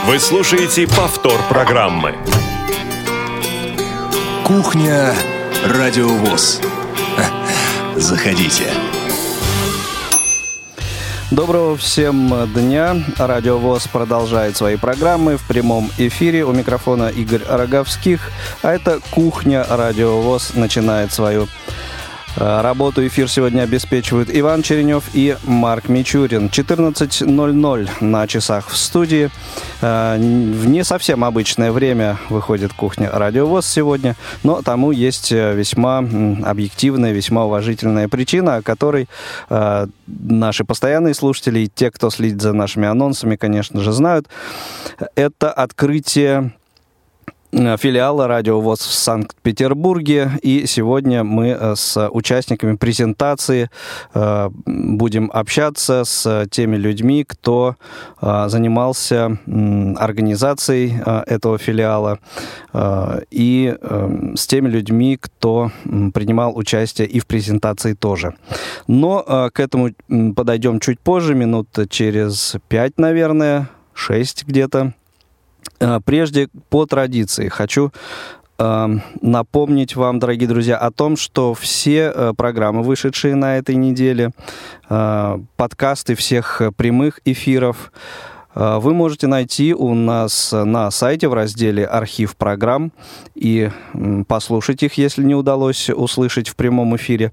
Вы слушаете повтор программы. Кухня Радио ВОС. Заходите. Доброго всем дня. Радио ВОС продолжает свои программы в прямом эфире. У микрофона Игорь Роговских. А это «Кухня Радио ВОС» начинает свою работу. Эфир сегодня обеспечивают Иван Черенев и Марк Мичурин. 14:00 на часах в студии. В не совсем обычное время выходит «Кухня Радио ВОС» сегодня, но тому есть весьма объективная, весьма уважительная причина, о которой наши постоянные слушатели и те, кто следит за нашими анонсами, конечно же, знают. Это открытие филиала Радио ВОС в Санкт-Петербурге. И сегодня мы с участниками презентации будем общаться с теми людьми, кто занимался организацией этого филиала, и с теми людьми, кто принимал участие и в презентации тоже. Но к этому подойдем чуть позже, минут через 5, наверное, 6 где-то. Прежде, по традиции, хочу напомнить вам, дорогие друзья, о том, что все программы, вышедшие на этой неделе, подкасты всех прямых эфиров, вы можете найти у нас на сайте в разделе «Архив программ» и послушать их, если не удалось услышать в прямом эфире.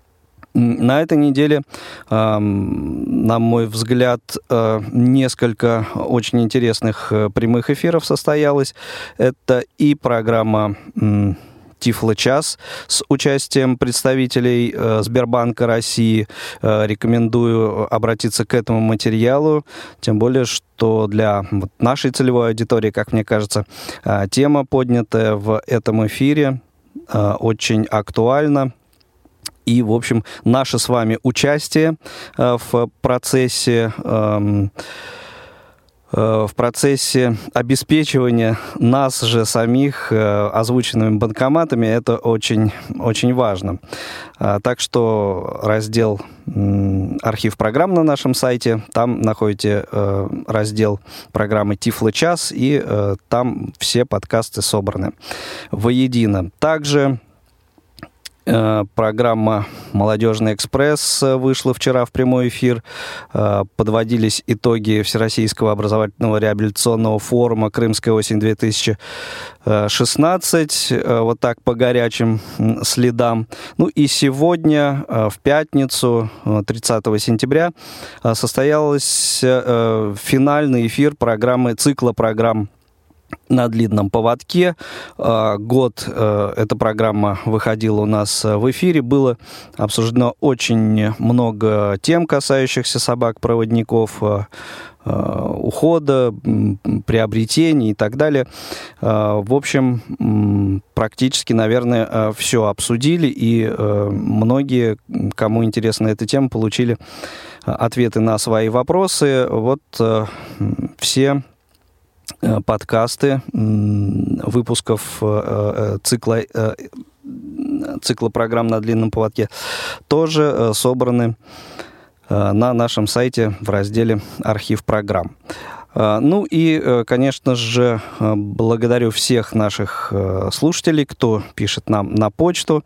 На этой неделе, на мой взгляд, несколько очень интересных прямых эфиров состоялось. Это и программа «Тифло-час» с участием представителей Сбербанка России. Рекомендую обратиться к этому материалу, тем более, что для нашей целевой аудитории, как мне кажется, тема, поднятая в этом эфире, очень актуальна. И, в общем, наше с вами участие в процессе обеспечивания нас же самих озвученными банкоматами, это очень, очень важно. Так что раздел «Архив программ» на нашем сайте, там находите раздел программы «Тифло-час», и там все подкасты собраны воедино. Также программа «Молодежный экспресс» вышла вчера в прямой эфир. Подводились итоги Всероссийского образовательного реабилитационного форума «Крымская осень-2016». Вот так по горячим следам. Ну и сегодня, в пятницу, 30 сентября, состоялся финальный эфир цикла программ «На длинном поводке». Год эта программа выходила у нас в эфире. Было обсуждено очень много тем, касающихся собак-проводников, ухода, приобретений и так далее. В общем, практически, наверное, все обсудили, и многие, кому интересна эта тема, получили ответы на свои вопросы. Вот все подкасты выпусков цикла программ «На длинном поводке» тоже собраны на нашем сайте в разделе «Архив программ». Ну и, конечно же, благодарю всех наших слушателей, кто пишет нам на почту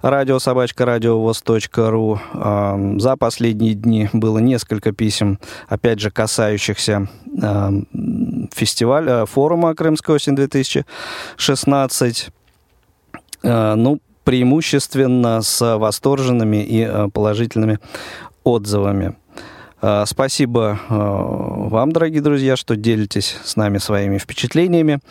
radio@radiovos.ru. За последние дни было несколько писем, опять же, касающихся фестиваля, форума «Крымская осень-2016». Ну, преимущественно с восторженными и положительными отзывами. Спасибо вам, дорогие друзья, что делитесь с нами своими впечатлениями.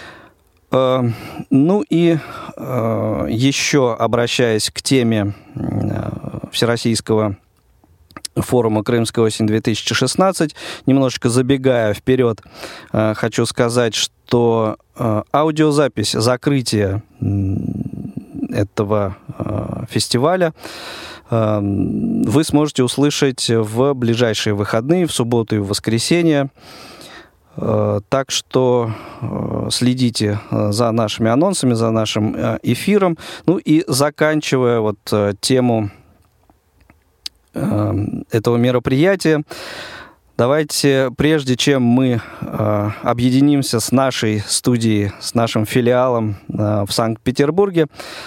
Ну и еще, обращаясь к теме Всероссийского форума «Крымская осень-2016», немножечко забегая вперед, хочу сказать, что аудиозапись закрытия этого фестиваля вы сможете услышать в ближайшие выходные, в субботу и в воскресенье. Так что следите за нашими анонсами, за нашим эфиром. Ну и заканчивая вот тему этого мероприятия, Давайте, прежде чем мы объединимся с нашей студией, с нашим филиалом в Санкт-Петербурге,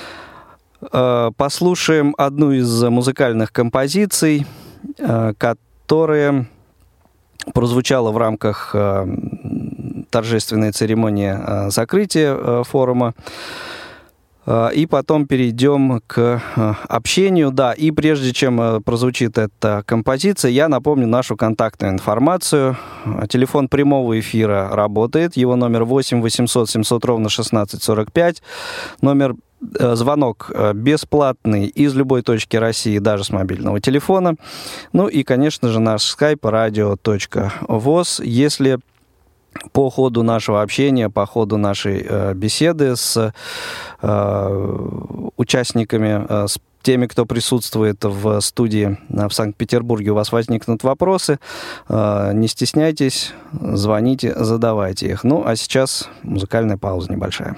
послушаем одну из музыкальных композиций, которая прозвучала в рамках торжественной церемонии закрытия форума. И потом перейдем к общению. Да, и прежде чем прозвучит эта композиция, я напомню нашу контактную информацию. Телефон прямого эфира работает. Его номер 8 800 700 ровно 1645. Номер звонок бесплатный из любой точки России, даже с мобильного телефона. Ну и, конечно же, наш скайп radio.voz. Если по ходу нашего общения, по ходу нашей беседы с участниками, с теми, кто присутствует в студии в Санкт-Петербурге, у вас возникнут вопросы, не стесняйтесь, звоните, задавайте их. Ну, а сейчас музыкальная пауза небольшая.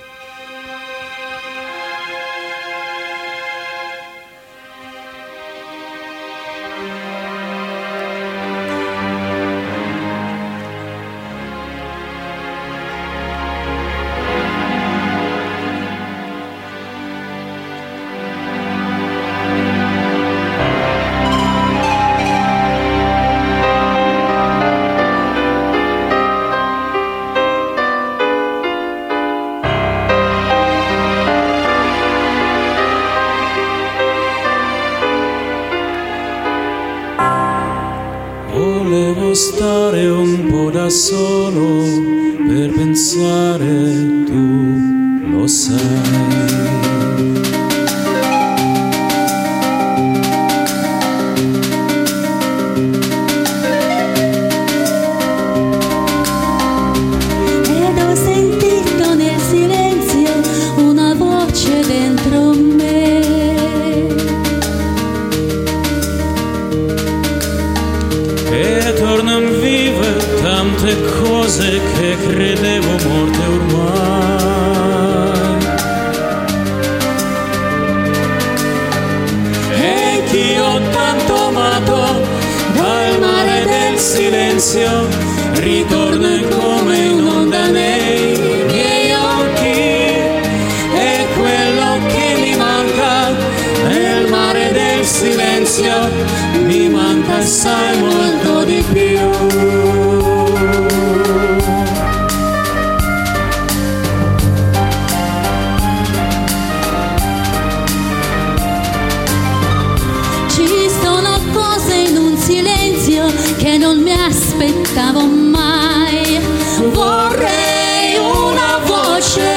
Stare un po' da solo per pensare, tu lo sai. Ed ho sentito nel silenzio una voce dentro me. E tornan vive tante cose che credevo morte ormai. E chi ho tanto amato dal mare del silenzio ritorna come un'onda nei miei occhi. E quello che mi manca nel mare del silenzio mi manca assai molto di più. Ci sono cose in un silenzio che non mi aspettavo mai. Vorrei una voce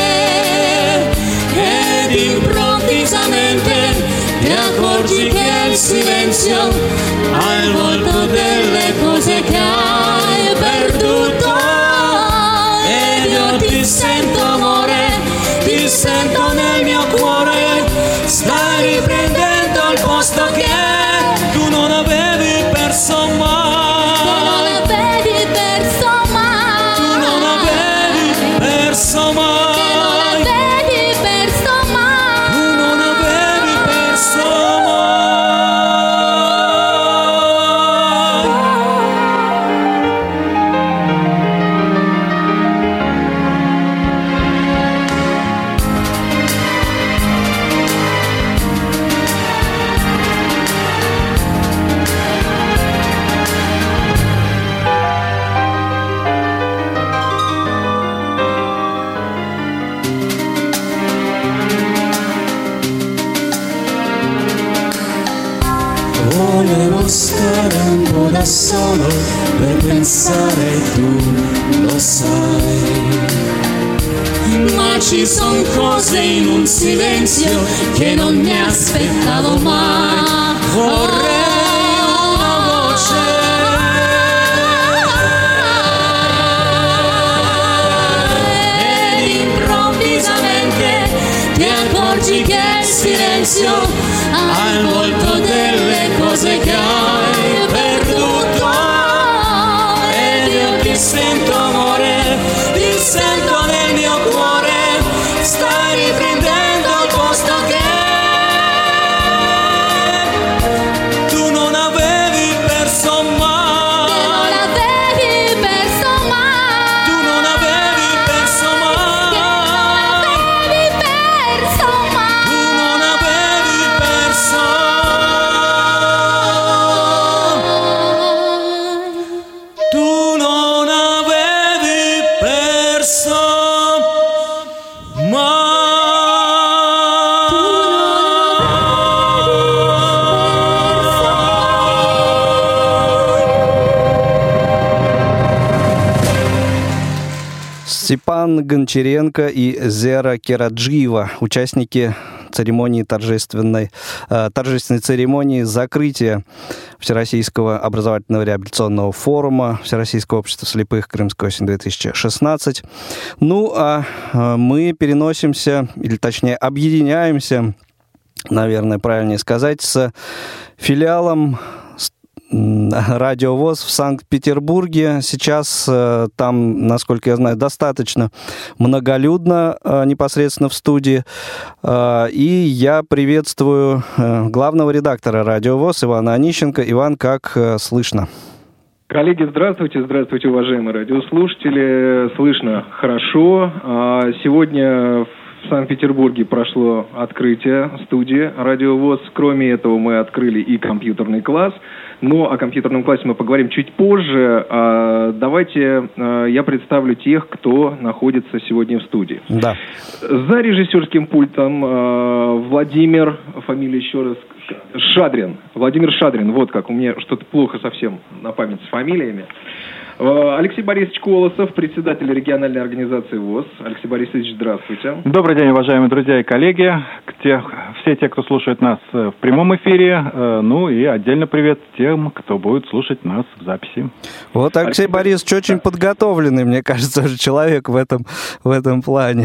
ed improvvisamente ti accorgi che il silenzio ha il volto delle cose che hai perduto. Ed io ti sento amore, ti sento nel mio cuore. Stai riprendendo il posto che tu non avevi perso mai. Tu non avevi perso mai. Tu non avevi perso mai. Che non avevi perso mai. Tu non avevi perso Volevo stare un po' da solo per pensare, tu lo sai. Ma ci son cose in un silenzio che non mi aspettavo mai. Vorrei una voce ed improvvisamente ti accorgi che il silenzio ha il volto delle cose che hai perduto. Ed io ti sento amore, ti sento nel mio cuore. Stai riprendendo il posto che tu non avevi perso mai. Степан Гончаренко и Зера Кераджиева, участники торжественной церемонии закрытия Всероссийского образовательного реабилитационного форума Всероссийского общества слепых «Крымская осень-2016». Ну, а мы переносимся, или точнее объединяемся, наверное, правильнее сказать, с филиалом Радио ВОС в Санкт-Петербурге. Сейчас там, насколько я знаю, достаточно многолюдно непосредственно в студии. И я приветствую главного редактора Радио ВОС Ивана Онищенко. Иван, как слышно? Коллеги, здравствуйте. Здравствуйте, уважаемые радиослушатели. Слышно хорошо. Сегодня в Санкт-Петербурге прошло открытие студии Радио ВОС. Кроме этого, мы открыли и компьютерный класс. Но о компьютерном классе мы поговорим чуть позже. Давайте я представлю тех, кто находится сегодня в студии. Да. За режиссерским пультом Владимир, фамилия еще раз, Шадрин. Владимир Шадрин. Вот как, у меня что-то плохо совсем на память с фамилиями. Алексей Борисович Колосов, председатель региональной организации ВОС. Алексей Борисович, здравствуйте. Добрый день, уважаемые друзья и коллеги, все те, кто слушает нас в прямом эфире, ну и отдельно привет тем, кто будет слушать нас в записи. Вот Алексей Борисович очень подготовленный, мне кажется, уже человек в этом плане.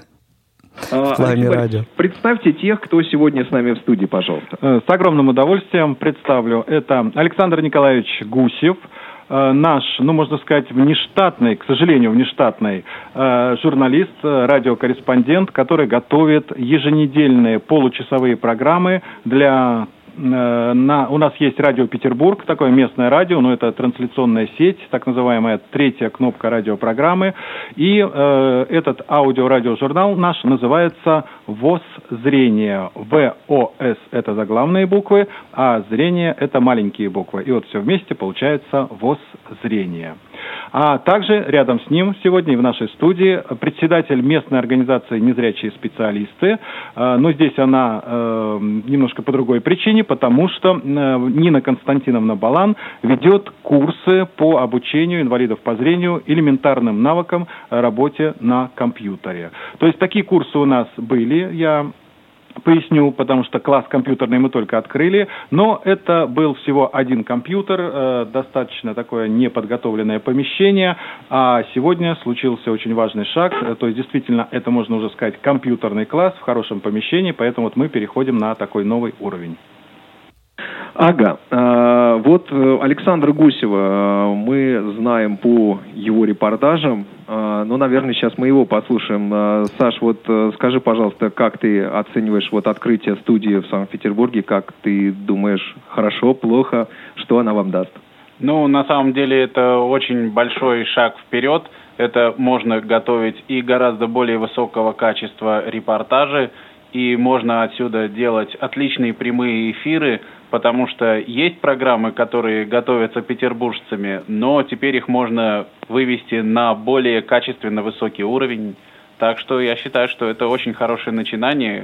В плане радио. Представьте тех, кто сегодня с нами в студии, пожалуйста. С огромным удовольствием представлю. Это Александр Николаевич Гусев, наш, можно сказать, внештатный, к сожалению, внештатный журналист, радиокорреспондент, который готовит еженедельные получасовые программы для... У нас есть радио Петербург, такое местное радио, но это трансляционная сеть, так называемая третья кнопка радиопрограммы. И этот аудио-радиожурнал наш называется ВОС Зрение. ВОС – это заглавные буквы, а зрение – это маленькие буквы. И вот все вместе получается ВОС Зрение. А также рядом с ним сегодня и в нашей студии председатель местной организации «Незрячие специалисты». Но здесь она немножко по другой причине, потому что Нина Константиновна Балан ведет курсы по обучению инвалидов по зрению элементарным навыкам работе на компьютере. То есть такие курсы у нас были, я поясню, потому что класс компьютерный мы только открыли, но это был всего один компьютер, достаточно такое неподготовленное помещение, а сегодня случился очень важный шаг, то есть действительно это можно уже сказать компьютерный класс в хорошем помещении, поэтому вот мы переходим на такой новый уровень. Ага, вот Александра Гусева мы знаем по его репортажам, но, наверное, сейчас мы его послушаем. Саш, вот скажи, пожалуйста, как ты оцениваешь вот открытие студии в Санкт-Петербурге, как ты думаешь, хорошо, плохо, что она вам даст? На самом деле это очень большой шаг вперед, это можно готовить и гораздо более высокого качества репортажи, и можно отсюда делать отличные прямые эфиры, потому что есть программы, которые готовятся петербуржцами, но теперь их можно вывести на более качественно высокий уровень. Так что я считаю, что это очень хорошее начинание.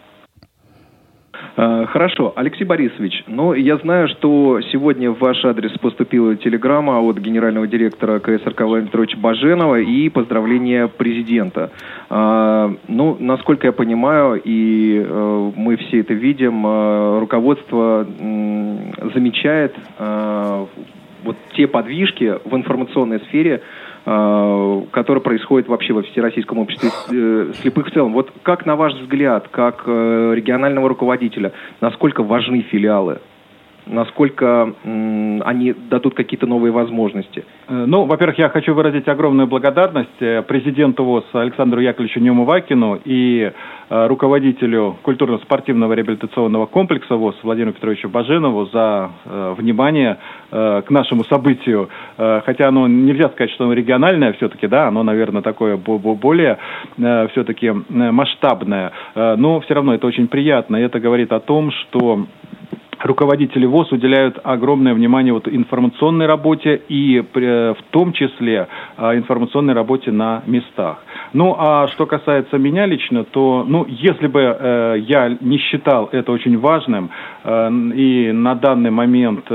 Хорошо. Алексей Борисович, я знаю, что сегодня в ваш адрес поступила телеграмма от генерального директора КСРК Владимира Петровича Баженова и поздравления президента. Насколько я понимаю, и мы все это видим, руководство замечает вот те подвижки в информационной сфере, которое происходит вообще во Всероссийском обществе слепых в целом. Вот как, на ваш взгляд, как регионального руководителя, насколько важны филиалы? Насколько они дадут какие-то новые возможности? Во-первых, я хочу выразить огромную благодарность президенту ВОС Александру Яковлевичу Неумывакину и руководителю культурно-спортивного реабилитационного комплекса ВОС Владимиру Петровичу Баженову за внимание к нашему событию. Хотя оно нельзя сказать, что оно региональное все-таки, да, оно, наверное, такое более все-таки масштабное. Но все равно это очень приятно. И это говорит о том, что руководители ВОС уделяют огромное внимание информационной работе и в том числе информационной работе на местах. А что касается меня лично, то, если бы я не считал это очень важным, и на данный момент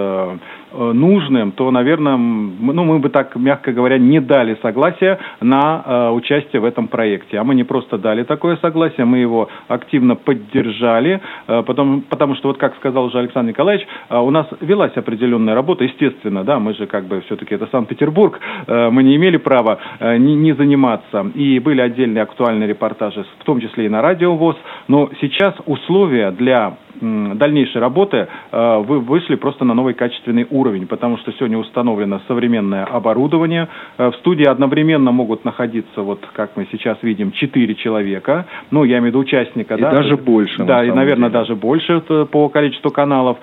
нужным, то, наверное, мы бы так, мягко говоря, не дали согласия на участие в этом проекте. А мы не просто дали такое согласие, мы его активно поддержали, потому что, вот как сказал уже Александр Николаевич, у нас велась определенная работа, естественно, да, мы же как бы все-таки это Санкт-Петербург, мы не имели права не заниматься, и были отдельные актуальные репортажи, в том числе и на Радио ВОС, но сейчас условия для дальнейшей работы вышли просто на новый качественный уровень, потому что сегодня установлено современное оборудование. В студии одновременно могут находиться, вот как мы сейчас видим, 4 человека, ну, я имею в виду участника. И да, даже больше. Да, и, наверное, даже больше по количеству каналов.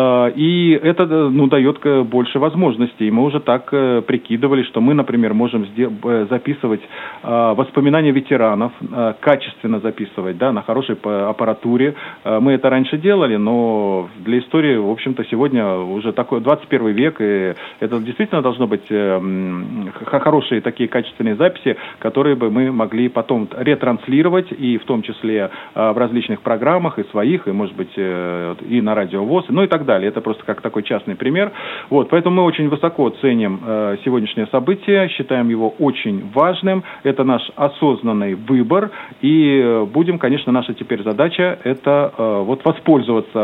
И это, дает больше возможностей. И мы уже так прикидывали, что мы, например, можем записывать воспоминания ветеранов, качественно записывать, да, на хорошей аппаратуре. Мы это раньше делали, но для истории, в общем-то, сегодня уже такой 21 век, и это действительно должно быть хорошие такие качественные записи, которые бы мы могли потом ретранслировать, и в том числе в различных программах, и своих, и, может быть, и на Радио ВОС, ну и так далее. Это просто как такой частный пример. Вот, поэтому мы очень высоко ценим сегодняшнее событие, считаем его очень важным. Это наш осознанный выбор, и будем, конечно, наша теперь задача это вот воспользоваться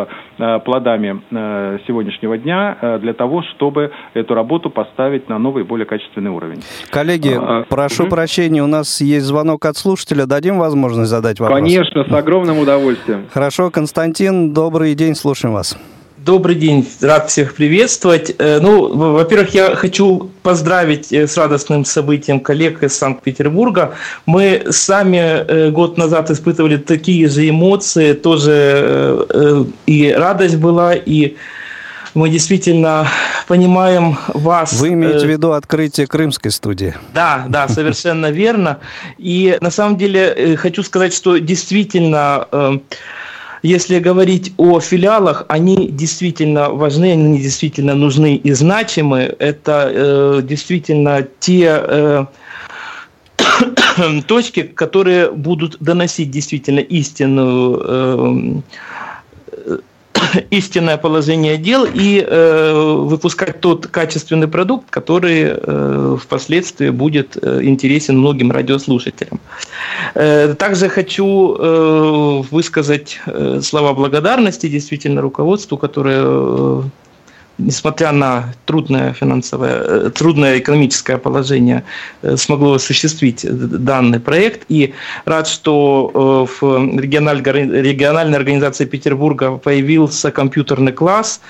плодами сегодняшнего дня для того, чтобы эту работу поставить на новый, более качественный уровень. Коллеги, прошу прощения, у нас есть звонок от слушателя. Дадим возможность задать вопрос? Конечно, с огромным удовольствием. Хорошо, Константин, добрый день, слушаем вас. Добрый день, рад всех приветствовать. Во-первых, я хочу поздравить с радостным событием коллег из Санкт-Петербурга. Мы сами год назад испытывали такие же эмоции, тоже и радость была, и мы действительно понимаем вас. Вы имеете в виду открытие крымской студии? Да, совершенно верно. И на самом деле хочу сказать, что действительно... Если говорить о филиалах, они действительно важны, они действительно нужны и значимы. Это действительно те точки, которые будут доносить действительно истинное положение дел и выпускать тот качественный продукт, который впоследствии будет интересен многим радиослушателям. Также хочу высказать слова благодарности действительно руководству, которое, несмотря на трудное экономическое положение, смогло осуществить данный проект. И рад, что в региональной организации Петербурга появился компьютерный класс.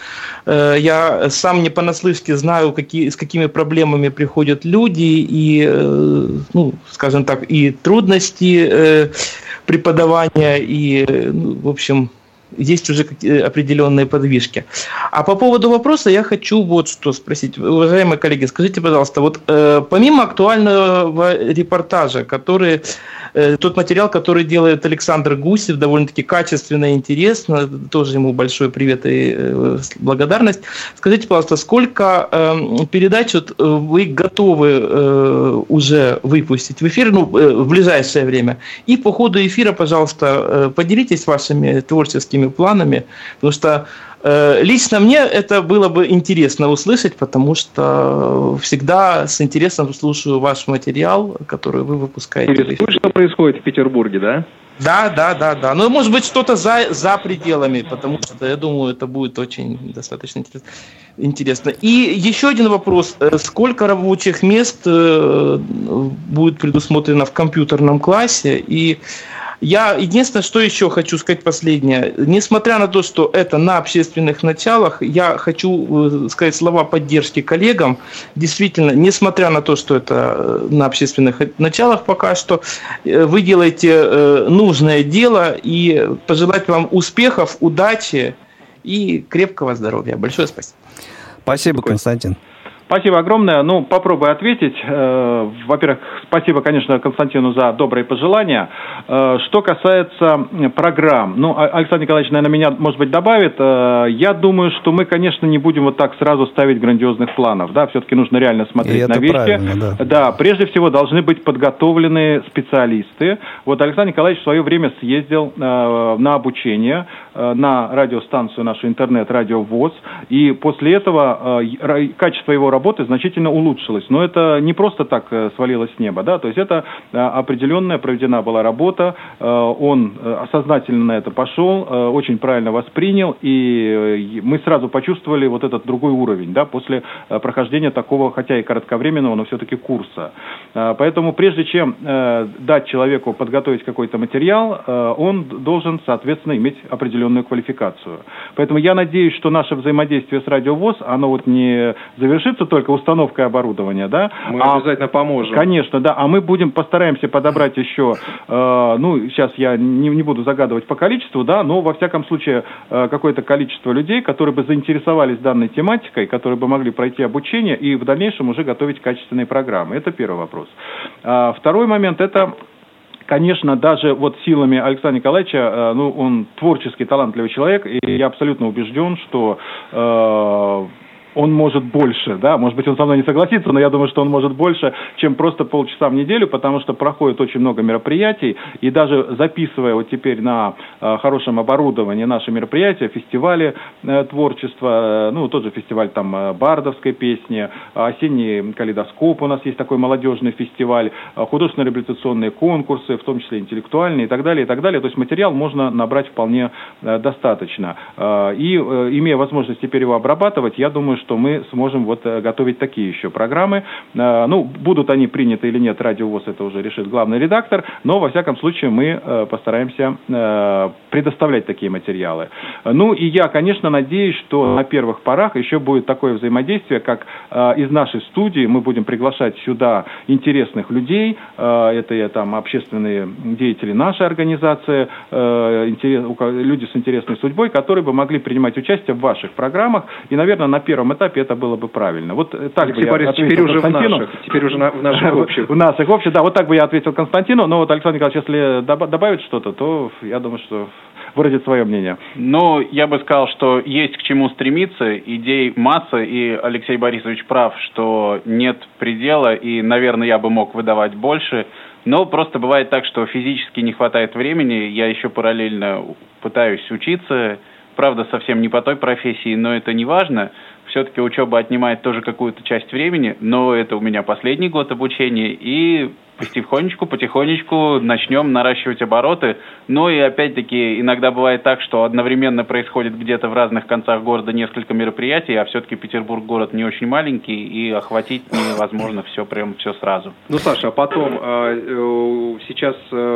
Я сам не понаслышке знаю, с какими проблемами приходят люди, и, скажем так, и трудности преподавания, и, в общем... Есть уже определенные подвижки. А по поводу вопроса я хочу вот что спросить. Уважаемые коллеги, скажите, пожалуйста, вот помимо актуального репортажа, тот материал, который делает Александр Гусев, довольно-таки качественно и интересно, тоже ему большой привет и благодарность. Скажите, пожалуйста, сколько передач вы готовы уже выпустить в эфир в ближайшее время? И по ходу эфира, пожалуйста, поделитесь вашими творческими планами, потому что лично мне это было бы интересно услышать, потому что всегда с интересом слушаю ваш материал, который вы выпускаете. Что происходит в Петербурге, да? Да. Ну, может быть, что-то за пределами, потому что, я думаю, это будет очень достаточно интересно. И еще один вопрос. Сколько рабочих мест будет предусмотрено в компьютерном классе? И я единственное, что еще хочу сказать последнее. Несмотря на то, что это на общественных началах, я хочу сказать слова поддержки коллегам. Действительно, несмотря на то, что это на общественных началах пока что, вы делаете нужное дело, и пожелать вам успехов, удачи и крепкого здоровья. Большое спасибо. Спасибо, Константин. Спасибо огромное. Попробую ответить. Во-первых, спасибо, конечно, Константину за добрые пожелания. Что касается программ, Александр Николаевич, наверное, меня, может быть, добавит. Я думаю, что мы, конечно, не будем вот так сразу ставить грандиозных планов. Да, все-таки нужно реально смотреть на вещи. Да, прежде всего должны быть подготовлены специалисты. Вот Александр Николаевич в свое время съездил на обучение на радиостанцию нашу интернет «Радио ВОС», и после этого качество его работы значительно улучшилось. Но это не просто так свалилось с неба, да, то есть это определенная проведена была работа, он осознательно на это пошел, очень правильно воспринял, и мы сразу почувствовали вот этот другой уровень, да, после прохождения такого, хотя и кратковременного, но все-таки курса. Поэтому прежде чем дать человеку подготовить какой-то материал, он должен, соответственно, иметь определенную квалификацию. Поэтому я надеюсь, что наше взаимодействие с Радио ВОС, оно вот не завершится только установкой оборудования, да? Мы обязательно поможем. Конечно, да, а мы постараемся подобрать еще, сейчас я не буду загадывать по количеству, да, но во всяком случае какое-то количество людей, которые бы заинтересовались данной тематикой, которые бы могли пройти обучение и в дальнейшем уже готовить качественные программы. Это первый вопрос. Второй момент – это, конечно, даже вот силами Александра Николаевича, он творческий, талантливый человек, и я абсолютно убежден, что он может больше, да, может быть, он со мной не согласится, но я думаю, что он может больше, чем просто полчаса в неделю, потому что проходит очень много мероприятий, и даже записывая вот теперь на хорошем оборудовании наши мероприятия, фестивали творчества, тот же фестиваль там бардовской песни, осенний калейдоскоп у нас есть такой молодежный фестиваль, художественно-реабилитационные конкурсы, в том числе интеллектуальные и так далее, и так далее. То есть материал можно набрать вполне достаточно. И имея возможность теперь его обрабатывать, я думаю, что мы сможем готовить такие еще программы. Будут они приняты или нет, Радио ВОС это уже решит главный редактор, но во всяком случае мы постараемся предоставлять такие материалы. И я, конечно, надеюсь, что на первых порах еще будет такое взаимодействие, как из нашей студии мы будем приглашать сюда интересных людей, это там общественные деятели нашей организации, люди с интересной судьбой, которые бы могли принимать участие в ваших программах, и, наверное, на первом этапе это было бы правильно. Вот так Алексей Борисович, теперь уже в наших общих. В наших общих, да, вот так бы я ответил Константину, но вот Александр Николаевич, если добавит что-то, то я думаю, что выразит свое мнение. Я бы сказал, что есть к чему стремиться, идей масса, и Алексей Борисович прав, что нет предела, и, наверное, я бы мог выдавать больше, но просто бывает так, что физически не хватает времени, я еще параллельно пытаюсь учиться, правда, совсем не по той профессии, но это не важно. Все-таки учеба отнимает тоже какую-то часть времени, но это у меня последний год обучения, и потихонечку начнем наращивать обороты. И опять-таки иногда бывает так, что одновременно происходит где-то в разных концах города несколько мероприятий, а все-таки Петербург город не очень маленький, и охватить невозможно все сразу. Саша, а потом сейчас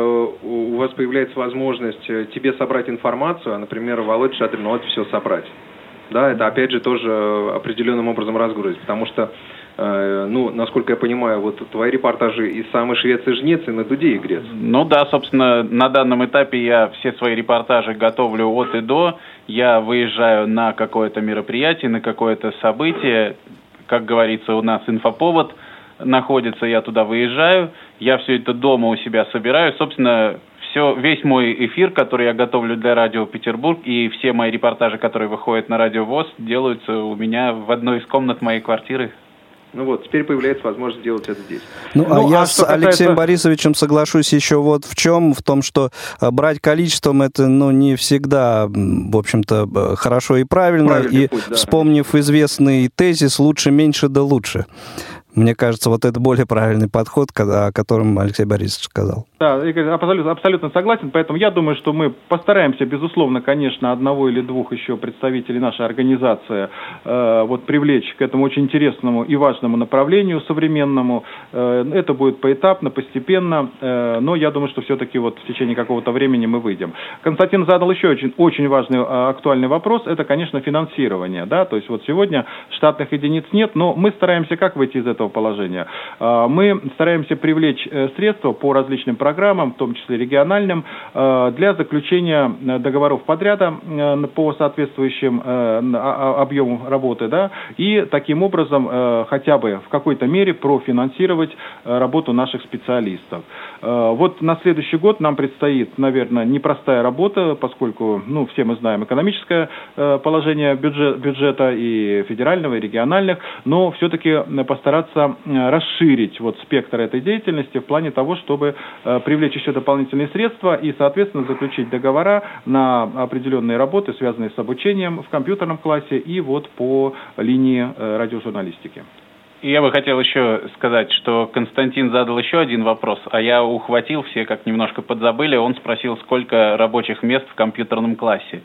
у вас появляется возможность тебе собрать информацию, а, например, Володя Шадрин, все собрать. Да, это опять же тоже определенным образом разгрузить, потому что, насколько я понимаю, твои репортажи и самой Швеции жнец, и на дуде игрец. Собственно, на данном этапе я все свои репортажи готовлю от и до. Я выезжаю на какое-то мероприятие, на какое-то событие. Как говорится, у нас инфоповод находится, я туда выезжаю. Я все это дома у себя собираю. Собственно, весь мой эфир, который я готовлю для Радио Петербург, и все мои репортажи, которые выходят на Радио ВОС, делаются у меня в одной из комнат моей квартиры. Теперь появляется возможность сделать это здесь. Я с Алексеем Борисовичем соглашусь еще в том, что брать количеством это, не всегда, в общем-то, хорошо и правильно. Правильный путь, да. Вспомнив известный тезис «лучше, меньше, да лучше». Мне кажется, это более правильный подход, о котором Алексей Борисович сказал. Да, Игорь, абсолютно согласен, поэтому я думаю, что мы постараемся, безусловно, конечно, одного или двух еще представителей нашей организации привлечь к этому очень интересному и важному направлению современному. Это будет поэтапно, постепенно, но я думаю, что все-таки в течение какого-то времени мы выйдем. Константин задал еще очень важный, актуальный вопрос, это, конечно, финансирование, да, то есть сегодня штатных единиц нет, но мы стараемся как выйти из этого положения. Мы стараемся привлечь средства по различным программам, в том числе региональным, для заключения договоров подряда по соответствующим объему работы, да, и таким образом хотя бы в какой-то мере профинансировать работу наших специалистов. На следующий год нам предстоит, наверное, непростая работа, поскольку, все мы знаем экономическое положение бюджета и федерального, и региональных, но все-таки постараться пытаться расширить вот спектр этой деятельности в плане того, чтобы привлечь еще дополнительные средства и, соответственно, заключить договора на определенные работы, связанные с обучением в компьютерном классе и вот по линии радиожурналистики. И я бы хотел еще сказать, что Константин задал еще один вопрос, а я ухватил, все как немножко подзабыли. Он спросил, сколько рабочих мест в компьютерном классе.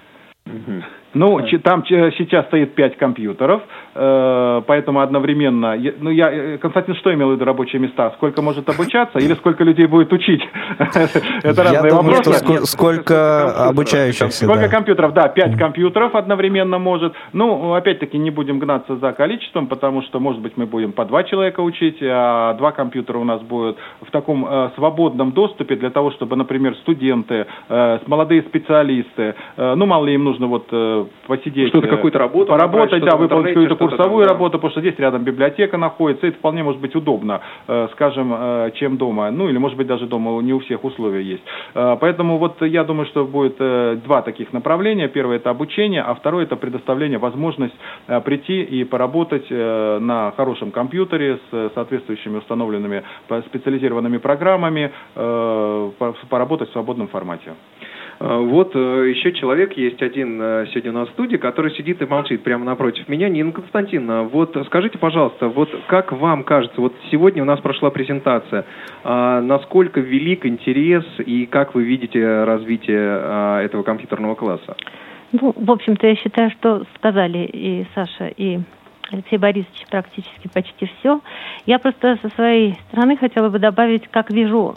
Ну, там сейчас стоит 5 компьютеров, поэтому одновременно... Константин, что имел в виду рабочие места? Сколько может обучаться или сколько людей будет учить? Это разные вопросы. Сколько обучающихся. Сколько компьютеров? Да, 5 компьютеров одновременно может. Ну, опять-таки, не будем гнаться за количеством, потому что, может быть, мы будем по 2 человека учить, а 2 компьютера у нас будут в таком свободном доступе для того, чтобы, например, студенты, молодые специалисты, ну, мало ли им нужно вот посидеть, что-то какую-то работу поработать, да, выполнить какую-то курсовую работу, потому что здесь рядом библиотека находится, и это вполне может быть удобно, скажем, чем дома, ну или может быть даже дома не у всех условия есть. Поэтому вот я думаю, что будет 2 таких направления. Первое — это обучение, а второе — это предоставление возможности прийти и поработать на хорошем компьютере с соответствующими установленными специализированными программами, поработать в свободном формате. Вот еще человек есть один сегодня у нас в студии, который сидит и молчит прямо напротив меня. Нина Константиновна, вот скажите, пожалуйста, вот как вам кажется, вот сегодня у нас прошла презентация, насколько велик интерес и как вы видите развитие этого компьютерного класса? Ну, в общем-то, я считаю, что сказали и Саша, и Алексей Борисович практически почти все. Я просто со своей стороны хотела бы добавить, как вижу...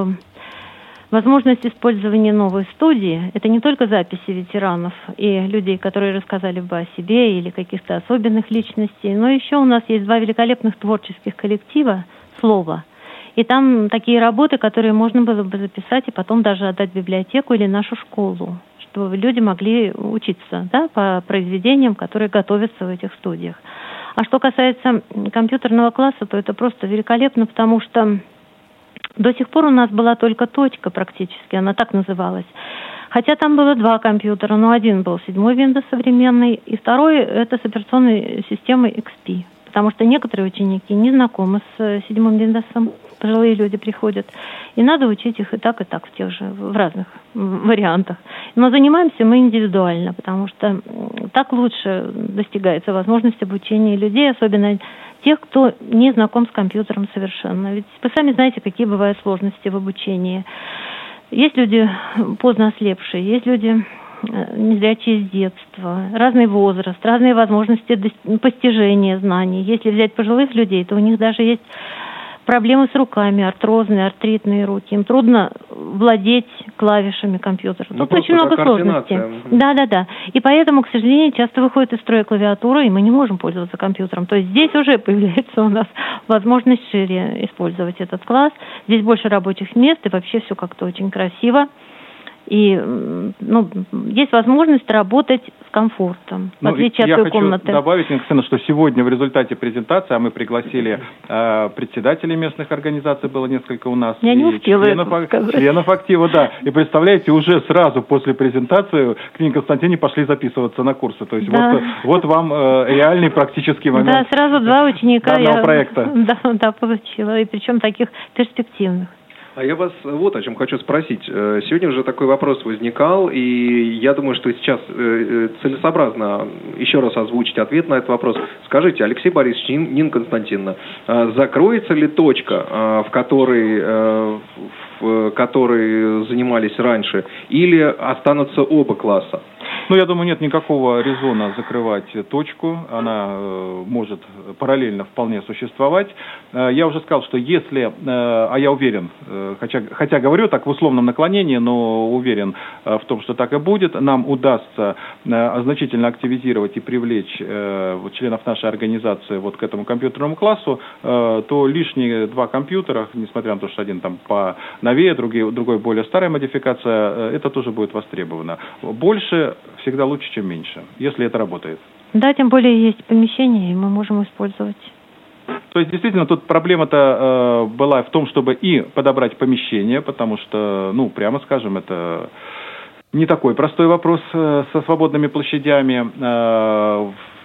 Возможность использования новой студии – это не только записи ветеранов и людей, которые рассказали бы о себе или каких-то особенных личностей, но еще у нас есть 2 великолепных творческих коллектива «Слово». И там такие работы, которые можно было бы записать и потом даже отдать в библиотеку или нашу школу, чтобы люди могли учиться, да, по произведениям, которые готовятся в этих студиях. А что касается компьютерного класса, то это просто великолепно, потому что до сих пор у нас была только точка практически, она так называлась. Хотя там было 2 компьютера, но один был 7-й Windows современный, и второй это с операционной системой XP. Потому что некоторые ученики не знакомы с 7-м Windows, пожилые люди приходят, и надо учить их и так, в тех же, в разных вариантах. Но занимаемся мы индивидуально, потому что так лучше достигается возможность обучения людей, особенно тех, кто не знаком с компьютером совершенно. Ведь вы сами знаете, какие бывают сложности в обучении. Есть люди поздно ослепшие, есть люди незрячие с детства, разный возраст, разные возможности постижения знаний. Если взять пожилых людей, то у них даже есть проблемы с руками, артрозные, артритные руки. Им трудно владеть клавишами компьютера. Тут очень много сложностей. Да. И поэтому, к сожалению, часто выходит из строя клавиатура, и мы не можем пользоваться компьютером. То есть здесь уже появляется у нас возможность шире использовать этот класс. Здесь больше рабочих мест, и вообще все как-то очень красиво. И есть возможность работать с комфортом, в отличие от той комнаты. Я хочу добавить, Николаевна, что сегодня в результате презентации, а мы пригласили председателей местных организаций, было несколько у нас. Я не успела членов актива, да. И представляете, уже сразу после презентации к Нине Константиновне пошли записываться на курсы. То есть вот вам реальный практический момент. Да, сразу 2 ученика я проекта. Да, получила. И причем таких перспективных. А я вас вот о чем хочу спросить. Сегодня уже такой вопрос возникал, и я думаю, что сейчас целесообразно еще раз озвучить ответ на этот вопрос. Скажите, Алексей Борисович, Нина Константиновна, закроется ли точка, в которой занимались раньше, или останутся оба класса? Я думаю, нет никакого резона закрывать точку. Она может параллельно вполне существовать. Я уже сказал, что если, а я уверен, хотя говорю так в условном наклонении, но уверен в том, что так и будет, нам удастся значительно активизировать и привлечь членов нашей организации вот к этому компьютерному классу, то лишние 2 компьютера, несмотря на то, что один там поновее, другой более старая модификация, это тоже будет востребовано. Больше всегда лучше, чем меньше, если это работает. Да, тем более есть помещение, и мы можем использовать. То есть, действительно, тут проблема-то была в том, чтобы и подобрать помещение, потому что, прямо скажем, это не такой простой вопрос со свободными площадями.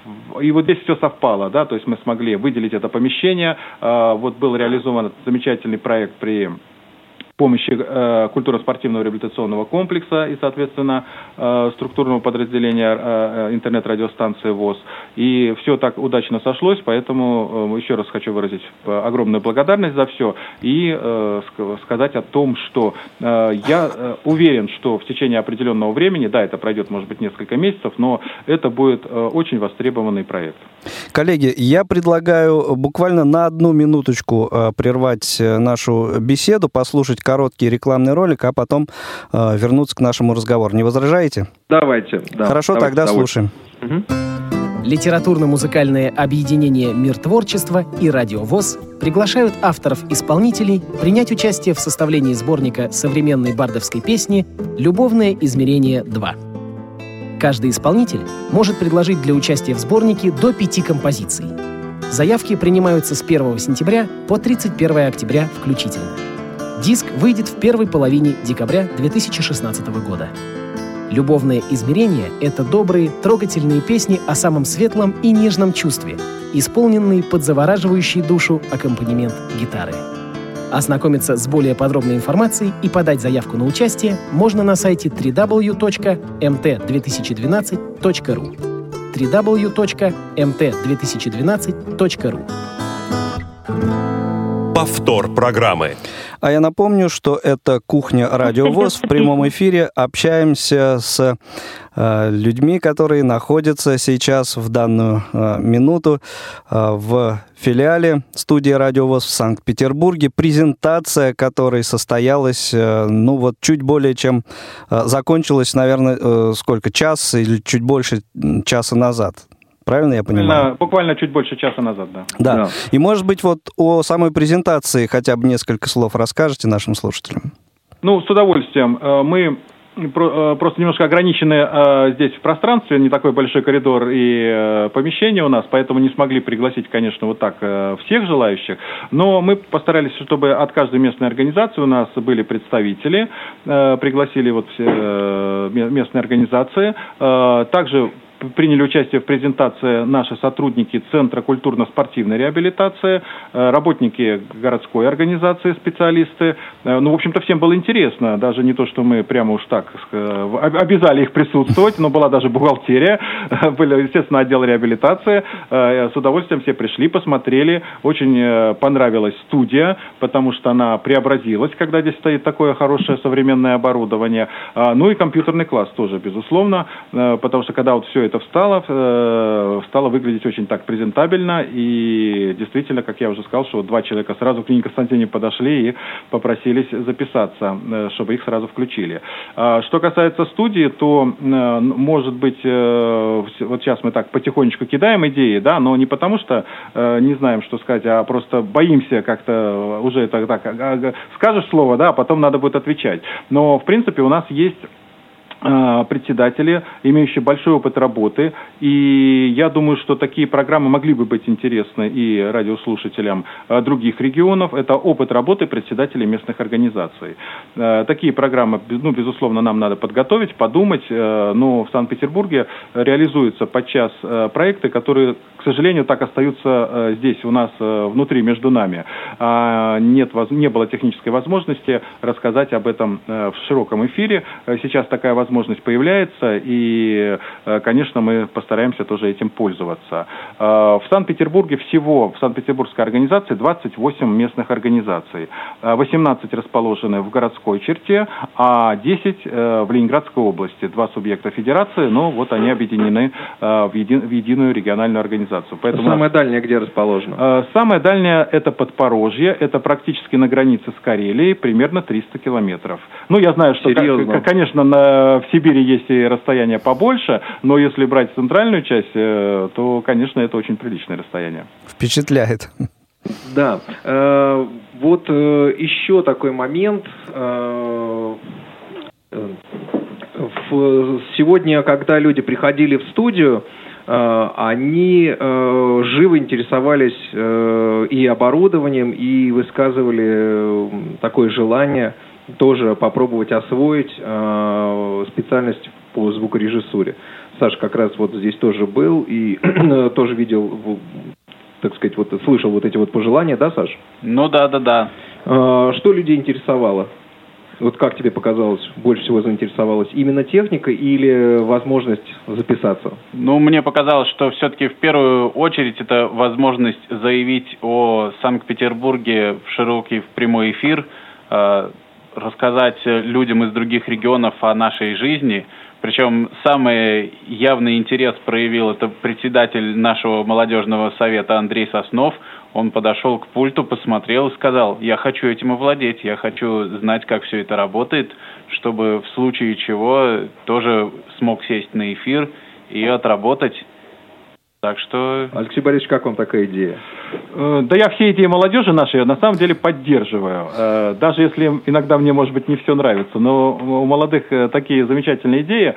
И вот здесь все совпало, да, то есть мы смогли выделить это помещение. Вот был реализован этот замечательный проект при помощи культурно-спортивного реабилитационного комплекса и, соответственно, структурного подразделения интернет-радиостанции ВОС. И все так удачно сошлось, поэтому еще раз хочу выразить огромную благодарность за все и сказать о том, что я уверен, что в течение определенного времени, да, это пройдет, может быть, несколько месяцев, но это будет очень востребованный проект. Коллеги, я предлагаю буквально на одну минуточку прервать нашу беседу, послушать короткий рекламный ролик, а потом вернуться к нашему разговору. Не возражаете? Давайте. Да, хорошо, давайте, тогда слушаем. Литературно-музыкальное объединение «Мир творчества» и «Радио ВОС» приглашают авторов-исполнителей принять участие в составлении сборника современной бардовской песни «Любовное измерение 2». Каждый исполнитель может предложить для участия в сборнике до 5 композиций. Заявки принимаются с 1 сентября по 31 октября включительно. Диск выйдет в первой половине декабря 2016 года. «Любовное измерение» — это добрые, трогательные песни о самом светлом и нежном чувстве, исполненные под завораживающий душу аккомпанемент гитары. Ознакомиться с более подробной информацией и подать заявку на участие можно на сайте www.mt2012.ru www.mt2012.ru. Повтор программы. А я напомню, что это «Кухня Радио ВОС». В прямом эфире общаемся с людьми, которые находятся сейчас в данную минуту в филиале студии «Радио ВОС» в Санкт-Петербурге, презентация которой состоялась, чуть более чем закончилась, наверное, час или чуть больше часа назад. Правильно я понимаю? Буквально чуть больше часа назад, да. Да. И, может быть, вот о самой презентации хотя бы несколько слов расскажете нашим слушателям? С удовольствием. Мы просто немножко ограничены здесь в пространстве, не такой большой коридор и помещение у нас, поэтому не смогли пригласить, конечно, вот так всех желающих, но мы постарались, чтобы от каждой местной организации у нас были представители, пригласили вот все местные организации, также приняли участие в презентации наши сотрудники Центра культурно-спортивной реабилитации, работники городской организации, специалисты. В общем-то, всем было интересно. Даже не то, что мы прямо уж так обязали их присутствовать, но была даже бухгалтерия, был, естественно, отдел реабилитации. С удовольствием все пришли, посмотрели. Очень понравилась студия, потому что она преобразилась, когда здесь стоит такое хорошее современное оборудование. И компьютерный класс тоже, безусловно, потому что когда вот все это стало выглядеть очень так презентабельно, и действительно, как я уже сказал, что 2 человека сразу к Нине Константиновне подошли и попросились записаться, чтобы их сразу включили. Что касается студии, то, может быть, вот сейчас мы так потихонечку кидаем идеи, да, но не потому что не знаем, что сказать, а просто боимся как-то уже это так, скажешь слово, да, а потом надо будет отвечать. Но, в принципе, у нас есть председатели, имеющие большой опыт работы, и я думаю, что такие программы могли бы быть интересны и радиослушателям других регионов. Это опыт работы председателей местных организаций. Такие программы, безусловно, нам надо подготовить, подумать, но в Санкт-Петербурге реализуются подчас проекты, которые, к сожалению, так остаются здесь у нас внутри, между нами. Не было технической возможности рассказать об этом в широком эфире. Сейчас такая возможность появляется, и, конечно, мы постараемся тоже этим пользоваться. В Санкт-Петербурге всего, в Санкт-Петербургской организации 28 местных организаций. 18 расположены в городской черте, а 10 в Ленинградской области. 2 субъекта федерации, но вот они объединены в единую региональную организацию. Поэтому самая дальняя где расположена? Самая дальняя — это Подпорожье, это практически на границе с Карелией, примерно 300 километров. Я знаю, что, конечно, в Сибири есть и расстояние побольше, но если брать центральную часть, то, конечно, это очень приличное расстояние. Впечатляет. Да. Вот еще такой момент. Сегодня, когда люди приходили в студию, они живо интересовались и оборудованием, и высказывали такое желание тоже попробовать освоить специальность по звукорежиссуре. Саша как раз вот здесь тоже был и тоже видел, так сказать, вот слышал вот эти вот пожелания, да, Саш? Ну да. Что людей интересовало? Вот как тебе показалось, больше всего заинтересовалась именно техника или возможность записаться? Ну, мне показалось, что все-таки в первую очередь это возможность заявить о Санкт-Петербурге в широкий, в прямой эфир, рассказать людям из других регионов о нашей жизни. Причем самый явный интерес проявил это председатель нашего молодежного совета Андрей Соснов. Он подошел к пульту, посмотрел и сказал: я хочу этим овладеть, я хочу знать, как все это работает, чтобы в случае чего тоже смог сесть на эфир и отработать. Так что... Алексей Борисович, как вам такая идея? Да я все идеи молодежи нашей на самом деле поддерживаю. Даже если иногда мне, может быть, не все нравится. Но у молодых такие замечательные идеи.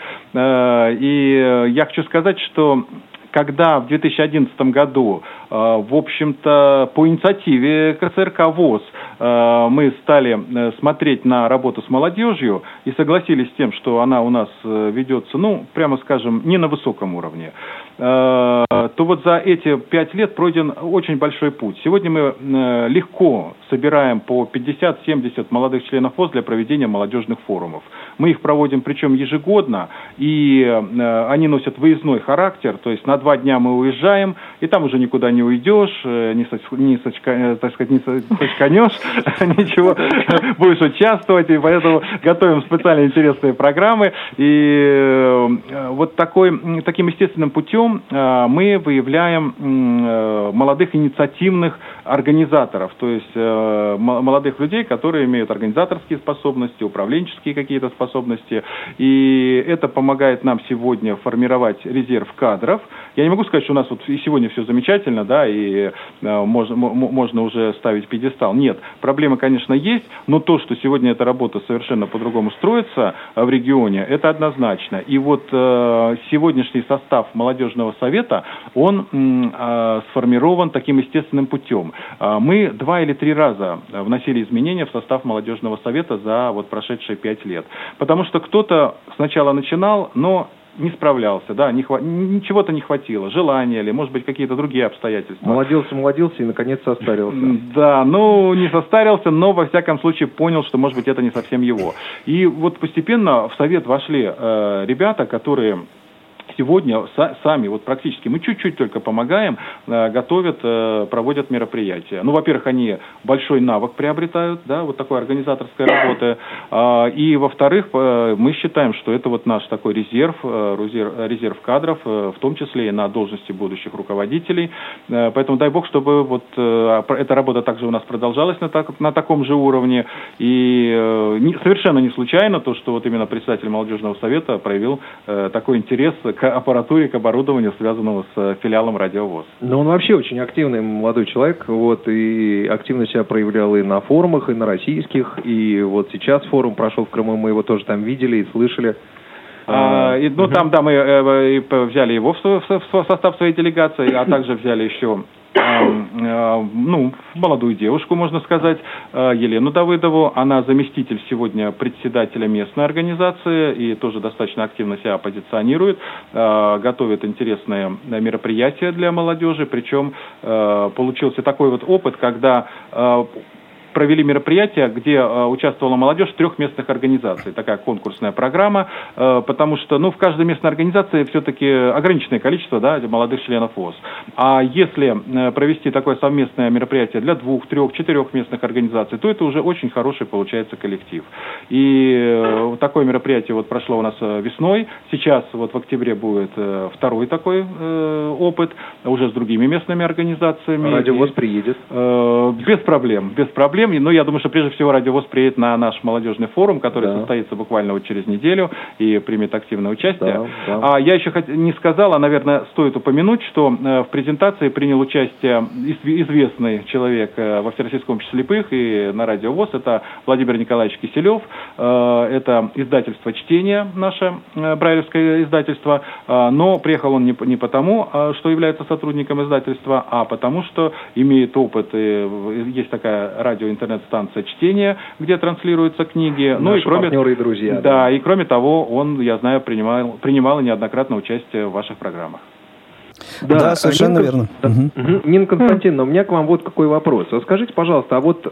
И я хочу сказать, что когда в 2011 году, в общем-то, по инициативе КСРК ВОС мы стали смотреть на работу с молодежью и согласились с тем, что она у нас ведется, ну, прямо скажем, не на высоком уровне, то вот за эти 5 лет пройден очень большой путь. Сегодня мы легко собираем по 50-70 молодых членов ВОС для проведения молодежных форумов. Мы их проводим, причем ежегодно, и они носят выездной характер, то есть на 2 дня мы уезжаем, и там уже никуда не уйдешь, не сочканешь, ничего, будешь участвовать, и поэтому готовим специально интересные программы. И вот таким естественным путем мы выявляем молодых инициативных организаторов, то есть молодых людей, которые имеют организаторские способности, управленческие какие-то способности, и это помогает нам сегодня формировать резерв кадров. Я не могу сказать, что у нас вот и сегодня все замечательно, да, и можно уже ставить пьедестал. Нет, проблемы, конечно, есть, но то, что сегодня эта работа совершенно по-другому строится в регионе, это однозначно. И вот сегодняшний состав молодежного совета, он сформирован таким естественным путем. Мы 2 или 3 раза вносили изменения в состав молодежного совета за вот прошедшие 5 лет. Потому что кто-то сначала начинал, но не справлялся, да, чего-то не хватило, желания или, может быть, какие-то другие обстоятельства. Молодился и, наконец, состарился. Да, ну, не состарился, но, во всяком случае, понял, что, может быть, это не совсем его. И вот постепенно в совет вошли ребята, которые... Сегодня сами, вот практически, мы чуть-чуть только помогаем, готовят, проводят мероприятия. Ну, во-первых, они большой навык приобретают, да, вот такой организаторской работы. И, во-вторых, мы считаем, что это вот наш такой резерв кадров, в том числе и на должности будущих руководителей. Поэтому дай бог, чтобы вот эта работа также у нас продолжалась на таком же уровне. И совершенно не случайно то, что вот именно председатель молодежного совета проявил такой интерес к аппаратуре, к оборудованию, связанному с филиалом Радио ВОС. Но он вообще очень активный молодой человек, вот, и активно себя проявлял и на форумах, и на российских, и вот сейчас форум прошел в Крыму, мы его тоже там видели и слышали. Ну, там, да, мы взяли его в состав своей делегации, а также взяли еще молодую девушку, можно сказать, Елену Давыдову. Она заместитель сегодня председателя местной организации и тоже достаточно активно себя позиционирует, готовит интересные мероприятия для молодежи. Причем получился такой вот опыт, когда провели мероприятие, где участвовала молодежь 3 местных организаций. Такая конкурсная программа, потому что, в каждой местной организации все-таки ограниченное количество, да, молодых членов ВОС. А если провести такое совместное мероприятие для 2, 3, 4 местных организаций, то это уже очень хороший получается коллектив. И такое мероприятие вот прошло у нас весной. Сейчас вот в октябре будет 2-й такой опыт, уже с другими местными организациями. Радио ВОС приедет? Без проблем. Но я думаю, что прежде всего Радио ВОС приедет на наш молодежный форум, который состоится буквально вот через неделю и примет активное участие. А я еще не сказал, а, наверное, стоит упомянуть, что в презентации принял участие известный человек во Всероссийском обществе слепых и на Радио ВОС. Это Владимир Николаевич Киселев. Это издательство «Чтение», наше брайлевское издательство. Но приехал он не потому, что является сотрудником издательства, а потому что имеет опыт. Есть такая радиоинформационная интернет-станция чтения, где транслируются книги. Наши партнеры и друзья. Да, и кроме того, он, я знаю, принимал неоднократно участие в ваших программах. Да, совершенно верно. Нина Константиновна, у меня к вам вот какой вопрос. Скажите, пожалуйста, а вот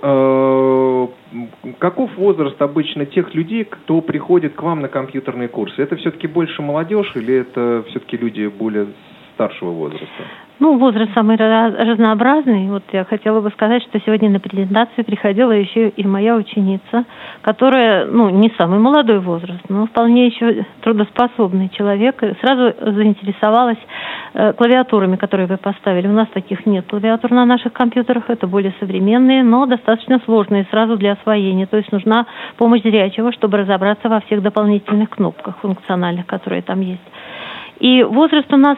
каков возраст обычно тех людей, кто приходит к вам на компьютерные курсы? Это все-таки больше молодежь или это все-таки люди более старшего возраста? Ну, возраст самый разнообразный. Вот я хотела бы сказать, что сегодня на презентацию приходила еще и моя ученица, которая, не самый молодой возраст, но вполне еще трудоспособный человек. И сразу заинтересовалась клавиатурами, которые вы поставили. У нас таких нет клавиатур на наших компьютерах, это более современные, но достаточно сложные сразу для освоения. То есть нужна помощь зрячего, чтобы разобраться во всех дополнительных кнопках функциональных, которые там есть. И возраст у нас,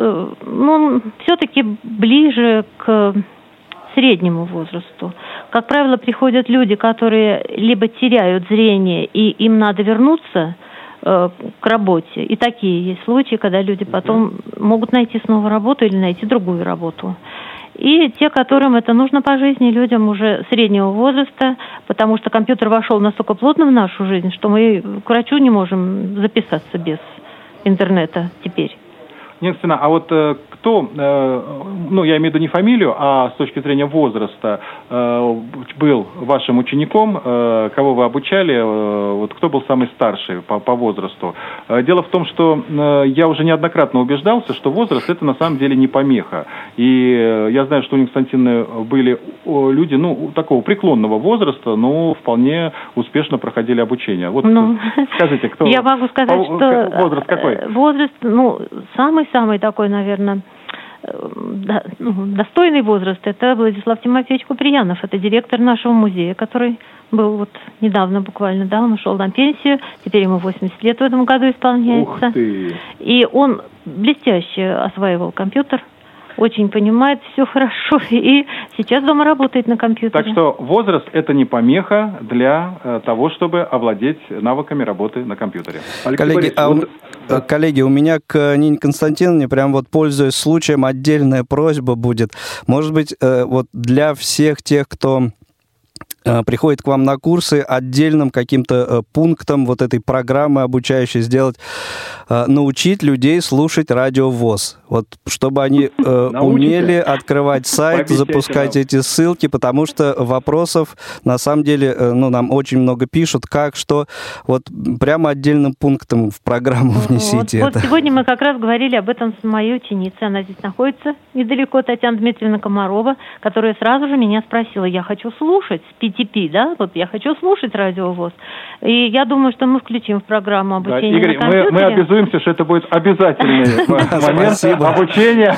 все-таки ближе к среднему возрасту. Как правило, приходят люди, которые либо теряют зрение, и им надо вернуться к работе. И такие есть случаи, когда люди потом могут найти снова работу или найти другую работу. И те, которым это нужно по жизни, людям уже среднего возраста, потому что компьютер вошел настолько плотно в нашу жизнь, что мы к врачу не можем записаться без интернета теперь. Нина, а вот кто, я имею в виду не фамилию, а с точки зрения возраста, был вашим учеником, кого вы обучали, вот кто был самый старший по возрасту? Дело в том, что я уже неоднократно убеждался, что возраст это на самом деле не помеха. И я знаю, что у Нины Константиновны были люди, такого преклонного возраста, но вполне успешно проходили обучение. Вот скажите, кто? Я могу сказать, что возраст какой? Возраст, самый такой, наверное, достойный возраст, это Владислав Тимофеевич Куприянов, это директор нашего музея, который был вот недавно буквально, он ушел на пенсию, теперь ему 80 лет в этом году исполняется. Ух ты. И он блестяще осваивал компьютер, очень понимает все хорошо, и сейчас дома работает на компьютере. Так что возраст – это не помеха для того, чтобы овладеть навыками работы на компьютере. Коллеги, у меня к Нине Константиновне, прям вот пользуясь случаем, отдельная просьба будет. Может быть, вот для всех тех, кто приходит к вам на курсы, отдельным каким-то пунктом вот этой программы обучающей сделать, научить людей слушать Радио ВОС. Вот, чтобы они умели открывать сайт, запускать эти ссылки, потому что вопросов, на самом деле, нам очень много пишут, как, что, вот прямо отдельным пунктом в программу внесите это. Вот сегодня мы как раз говорили об этом с моей ученицей, она здесь находится недалеко, Татьяна Дмитриевна Комарова, которая сразу же меня спросила, я хочу слушать PTP, я хочу слушать Радио ВОС. И я думаю, что мы включим в программу обучения Игорь, на компьютере. мы обязуемся, что это будет обязательный момент обучения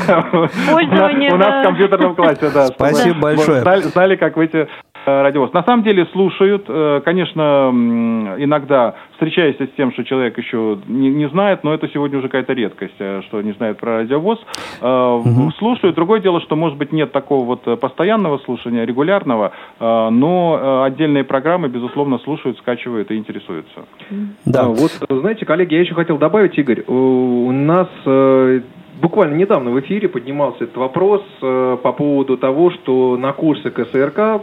у нас в компьютерном классе. Спасибо большое. Знали, как выйти радиовоз. На самом деле слушают, конечно, иногда встречаясь с тем, что человек еще не знает, но это сегодня уже какая-то редкость, что не знает про радиовоз. Слушают. Другое дело, что, может быть, нет такого вот постоянного слушания, регулярного, но отдельные программы, безусловно, слушают, скачивают и интересуются. Да. Вот, знаете, коллеги, я еще хотел добавить, Игорь, у нас буквально недавно в эфире поднимался этот вопрос по поводу того, что на курсы КСРК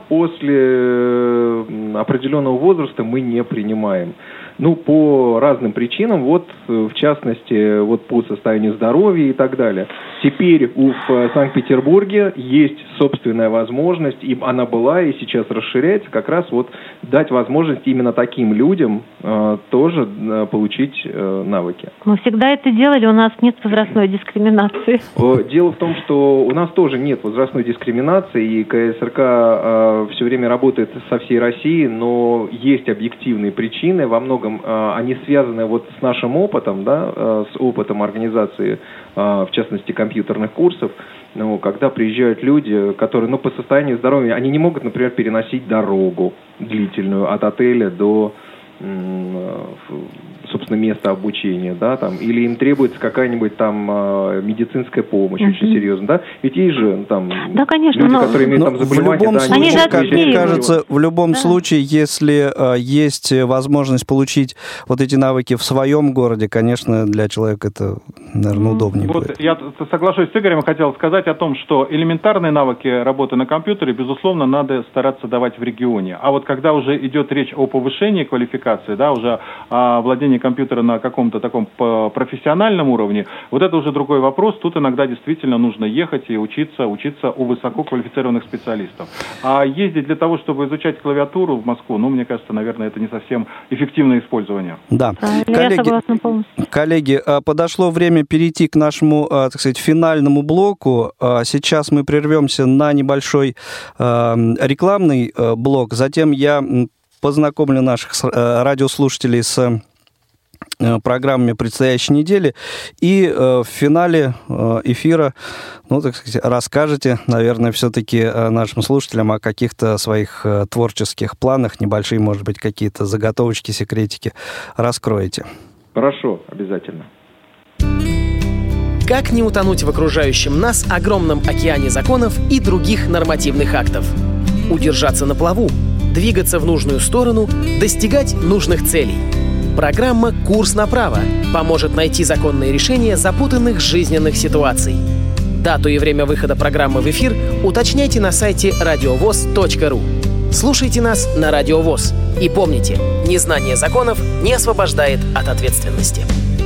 после определенного возраста мы не принимаем. По разным причинам, в частности, по состоянию здоровья и так далее. Теперь в Санкт-Петербурге есть собственная возможность, и она была и сейчас расширяется, как раз дать возможность именно таким людям тоже получить навыки. Мы всегда это делали, у нас нет возрастной дискриминации. Дело в том, что у нас тоже нет возрастной дискриминации, и КСРК все время работает со всей Россией, но есть объективные причины, во многом они связаны с нашим опытом, с опытом организации, в частности, компьютерных курсов. Когда приезжают люди, которые, по состоянию здоровья, они не могут, например, переносить дорогу длительную от отеля до собственно, место обучения, да, там, или им требуется какая-нибудь там медицинская помощь очень серьезная, да? Ведь есть же там да, конечно, люди, которые имеют там заболевания, мне кажется, в любом случае, если есть возможность получить вот эти навыки в своем городе, конечно, для человека это, наверное, удобнее будет. Я соглашусь с Игорем, хотел сказать о том, что элементарные навыки работы на компьютере, безусловно, надо стараться давать в регионе. А вот когда уже идет речь о повышении квалификации, да, уже о владении компьютера на каком-то таком профессиональном уровне, вот это уже другой вопрос. Тут иногда действительно нужно ехать и учиться у высококвалифицированных специалистов. А ездить для того, чтобы изучать клавиатуру в Москву, мне кажется, наверное, это не совсем эффективное использование. Да. Коллеги, подошло время перейти к нашему, так сказать, финальному блоку. Сейчас мы прервемся на небольшой рекламный блок. Затем я познакомлю наших радиослушателей с программами предстоящей недели. И в финале эфира, так сказать, расскажете, наверное, все-таки нашим слушателям о каких-то своих творческих планах, небольшие, может быть, какие-то заготовочки, секретики раскроете. Хорошо, обязательно. Как не утонуть в окружающем нас огромном океане законов и других нормативных актов? Удержаться на плаву, двигаться в нужную сторону, достигать нужных целей. Программа «Курс направо» поможет найти законные решения запутанных жизненных ситуаций. Дату и время выхода программы в эфир уточняйте на сайте radiovoz.ru. Слушайте нас на Радио ВОС. И помните, незнание законов не освобождает от ответственности.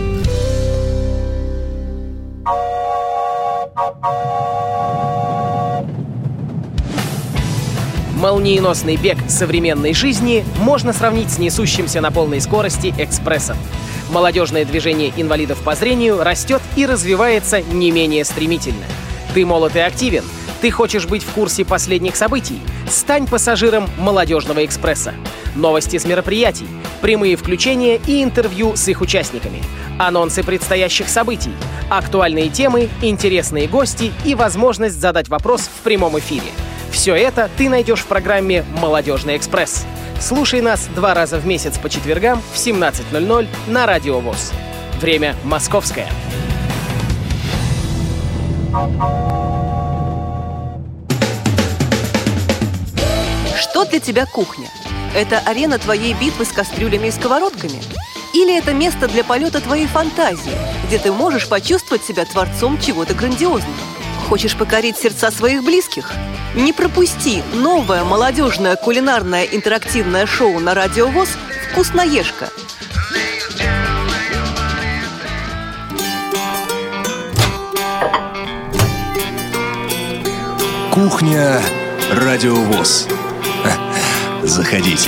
Молниеносный бег современной жизни можно сравнить с несущимся на полной скорости экспрессом. Молодежное движение инвалидов по зрению растет и развивается не менее стремительно. Ты молод и активен? Ты хочешь быть в курсе последних событий? Стань пассажиром «Молодежного экспресса». Новости с мероприятий, прямые включения и интервью с их участниками, анонсы предстоящих событий, актуальные темы, интересные гости и возможность задать вопрос в прямом эфире. Все это ты найдешь в программе «Молодежный экспресс». Слушай нас 2 раза в месяц по четвергам в 17:00 на Радио ВОС. Время московское. Что для тебя кухня? Это арена твоей битвы с кастрюлями и сковородками? Или это место для полета твоей фантазии, где ты можешь почувствовать себя творцом чего-то грандиозного? Хочешь покорить сердца своих близких? Не пропусти новое молодежное кулинарное интерактивное шоу на Радио ВОС «Вкусноежка». Кухня Радио ВОС. Заходите.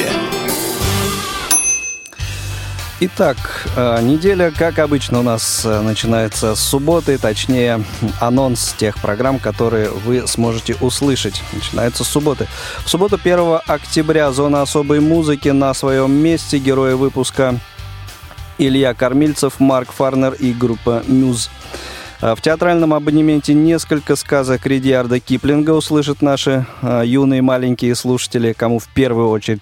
Итак, неделя, как обычно, у нас начинается с субботы, точнее, анонс тех программ, которые вы сможете услышать. Начинается с субботы. В субботу, 1 октября, «Зона особой музыки» на своем месте. Герои выпуска Илья Кормильцев, Марк Фарнер и группа «Мюз». В театральном абонементе несколько сказок Ридьярда Киплинга услышат наши юные маленькие слушатели, кому в первую очередь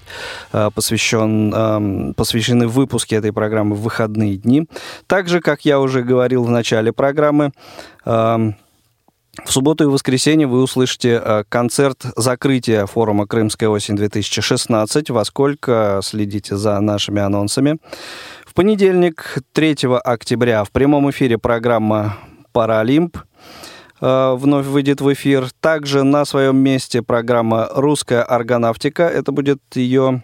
посвящены выпуски этой программы в выходные дни. Также, как я уже говорил в начале программы, в субботу и воскресенье вы услышите концерт закрытия форума «Крымская осень-2016». Во сколько следите за нашими анонсами. В понедельник, 3 октября, в прямом эфире программа «Паралимп» вновь выйдет в эфир. Также на своем месте программа «Русская органавтика». Это будет ее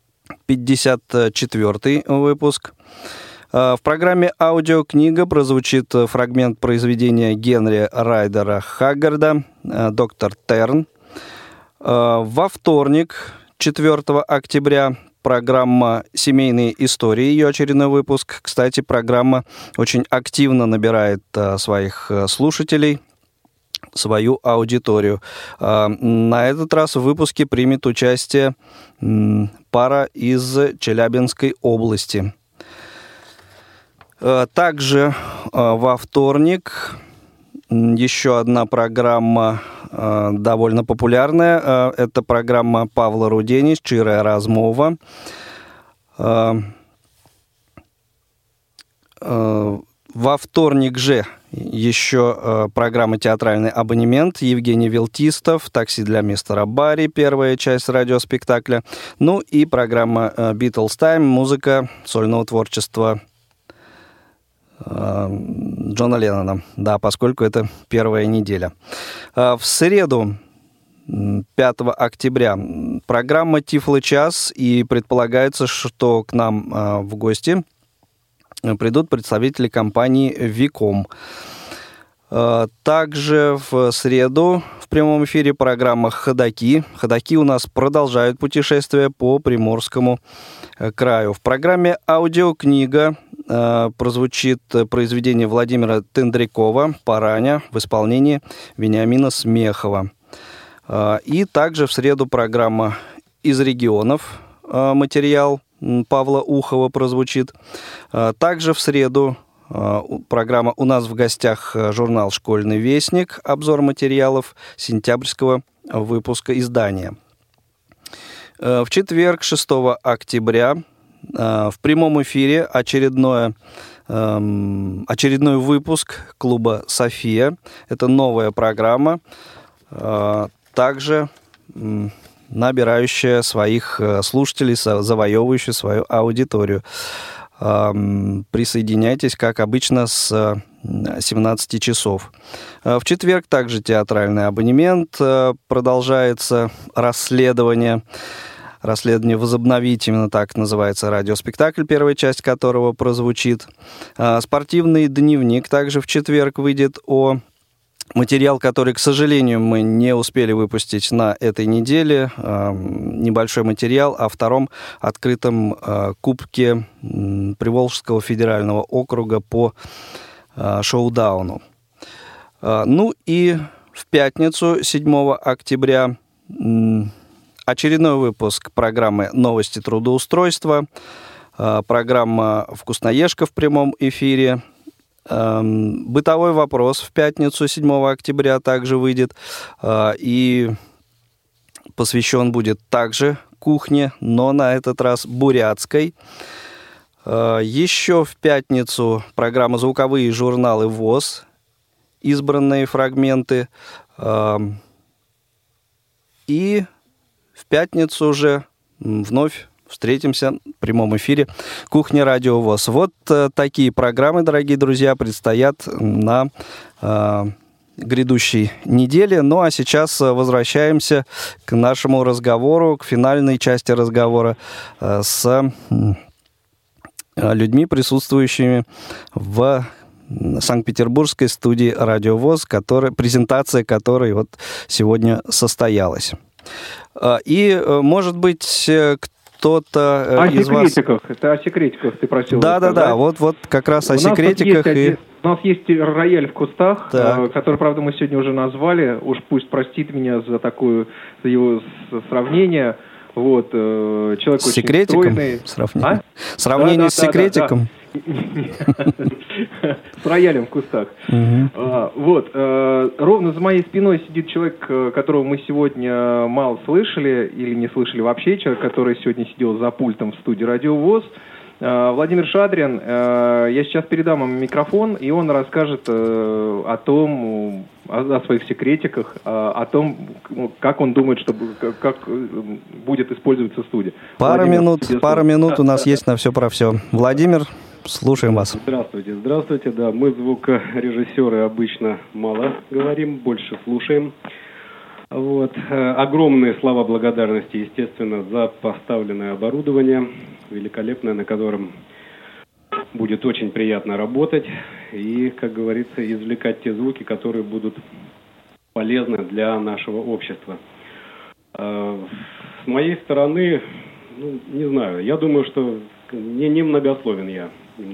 54-й выпуск. В программе «Аудиокнига» прозвучит фрагмент произведения Генри Райдера Хаггарда «Доктор Терн». Во вторник, 4 октября, программа «Семейные истории», ее очередной выпуск. Кстати, программа очень активно набирает своих слушателей, свою аудиторию. На этот раз в выпуске примет участие пара из Челябинской области. Также во вторник еще одна программа довольно популярная. Это программа Павла Рудені «Щира розмова». во вторник же еще программа «Театральный абонемент», Евгений Вилтистов, «Такси для мистера Барри», первая часть радиоспектакля. Ну и программа «Beatles Time», музыка сольного творчества Джона Леннона. Да, поскольку это первая неделя. В среду, 5 октября, программа «Тифло-час», и предполагается, что к нам в гости придут представители компании «Виком». Также в среду в прямом эфире программа «Ходоки». Ходоки у нас продолжают путешествие по Приморскому краю. В программе «Аудиокнига» прозвучит произведение Владимира Тендрякова «Параня» в исполнении Вениамина Смехова. И также в среду программа «Из регионов», материал Павла Ухова прозвучит. Также в среду программа «У нас в гостях» журнал «Школьный вестник», обзор материалов сентябрьского выпуска издания. В четверг, 6 октября, в прямом эфире очередной выпуск клуба «София». Это новая программа, также набирающая своих слушателей, завоевывающая свою аудиторию. Присоединяйтесь, как обычно, с 17 часов. В четверг также театральный абонемент. Продолжается расследование. Расследование «Возобновить», именно так называется радиоспектакль, первая часть которого прозвучит. Спортивный дневник также в четверг выйдет материал, который, к сожалению, мы не успели выпустить на этой неделе. Небольшой материал о втором открытом кубке Приволжского федерального округа по шоу-дауну. Ну и в пятницу, 7 октября, очередной выпуск программы «Новости трудоустройства», программа «Вкусноежка» в прямом эфире. «Бытовой вопрос» в пятницу, 7 октября, также выйдет. И посвящен будет также кухне, но на этот раз бурятской. Еще в пятницу программа «Звуковые журналы ВОС», избранные фрагменты. И в пятницу уже вновь встретимся в прямом эфире «Кухня Радио ВОС». Вот такие программы, дорогие друзья, предстоят на грядущей неделе. Ну а сейчас возвращаемся к нашему разговору, к финальной части разговора с людьми, присутствующими в Санкт-Петербургской студии «Радио ВОС», презентация которой вот сегодня состоялась. И, может быть, кто-то из вас... Это о секретиках ты просил. Да, вот как раз о секретиках. У нас есть рояль в кустах, который, правда, мы сегодня уже назвали. Уж пусть простит меня за его сравнение. Вот, человек с секретиком? Сравнение с секретиком? С роялем в кустах. Вот. Ровно за моей спиной сидит человек, которого мы сегодня мало слышали или не слышали вообще. Человек, который сегодня сидел за пультом в студии «Радио ВОС». Владимир Шадрин. Я сейчас передам ему микрофон, и он расскажет о своих секретиках, о том, как он думает, как будет использоваться студия. Пара минут у нас есть на все про все. Владимир, слушаем вас. Здравствуйте, да, мы звукорежиссеры обычно мало говорим, больше слушаем. Вот. Огромные слова благодарности, естественно, за поставленное оборудование, великолепное, на котором будет очень приятно работать и, как говорится, извлекать те звуки, которые будут полезны для нашего общества. С моей стороны, не знаю, я думаю, что не многословен я.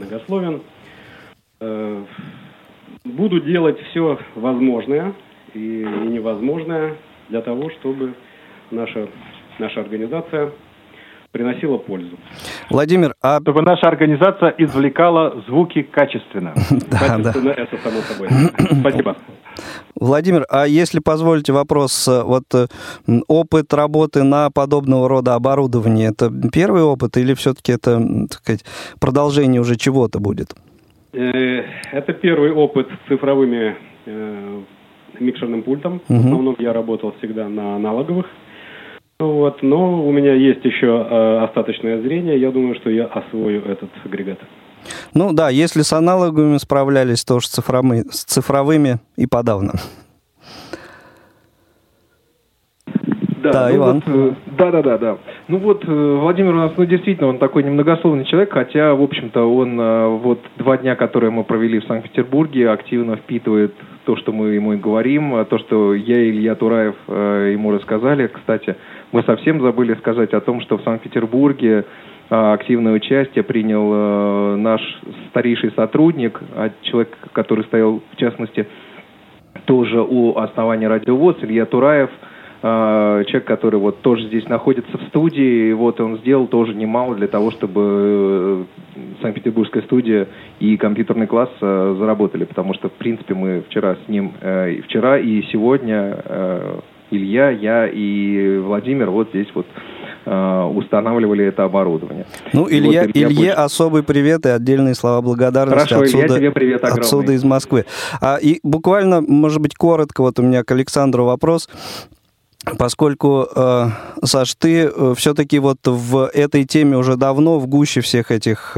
Буду делать все возможное и невозможное для того, чтобы наша организация приносила пользу. Владимир, чтобы наша организация извлекала звуки качественно. Качественно, это само собой. Спасибо. Владимир, а если позволите вопрос, опыт работы на подобного рода оборудовании, это первый опыт или все-таки это, так сказать, продолжение уже чего-то будет? Это первый опыт с цифровыми микшерным пультом. В основном я работал всегда на аналоговых. Вот, но у меня есть еще остаточное зрение. Я думаю, что я освою этот агрегат. Ну да, если с аналоговыми справлялись, то уж с цифровыми и подавно. Да, ну Иван. Да. Ну вот, Владимир у нас, действительно, он такой немногословный человек, хотя, в общем-то, он вот 2 дня, которые мы провели в Санкт-Петербурге, активно впитывает то, что мы ему и говорим, то, что я и Илья Тураев ему рассказали. Кстати, мы совсем забыли сказать о том, что в Санкт-Петербурге активное участие принял наш старейший сотрудник, человек, который стоял, в частности, тоже у основания Радио ВОС, Илья Тураев, человек, который вот тоже здесь находится в студии, вот он сделал тоже немало для того, чтобы Санкт-Петербургская студия и компьютерный класс заработали, потому что, в принципе, мы вчера с ним, вчера и сегодня Илья, я и Владимир вот здесь вот устанавливали это оборудование. Ну, Илье особый привет и отдельные слова благодарности. Хорошо, Илья, тебе привет огромный. Отсюда из Москвы. И буквально, может быть, коротко, вот у меня к Александру вопрос. Поскольку, Саш, ты все-таки вот в этой теме уже давно, в гуще всех этих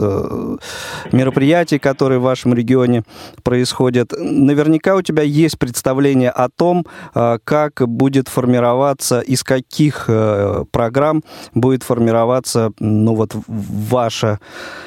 мероприятий, которые в вашем регионе происходят, наверняка у тебя есть представление о том, как будет формироваться, из каких программ будет формироваться, ну вот, ваша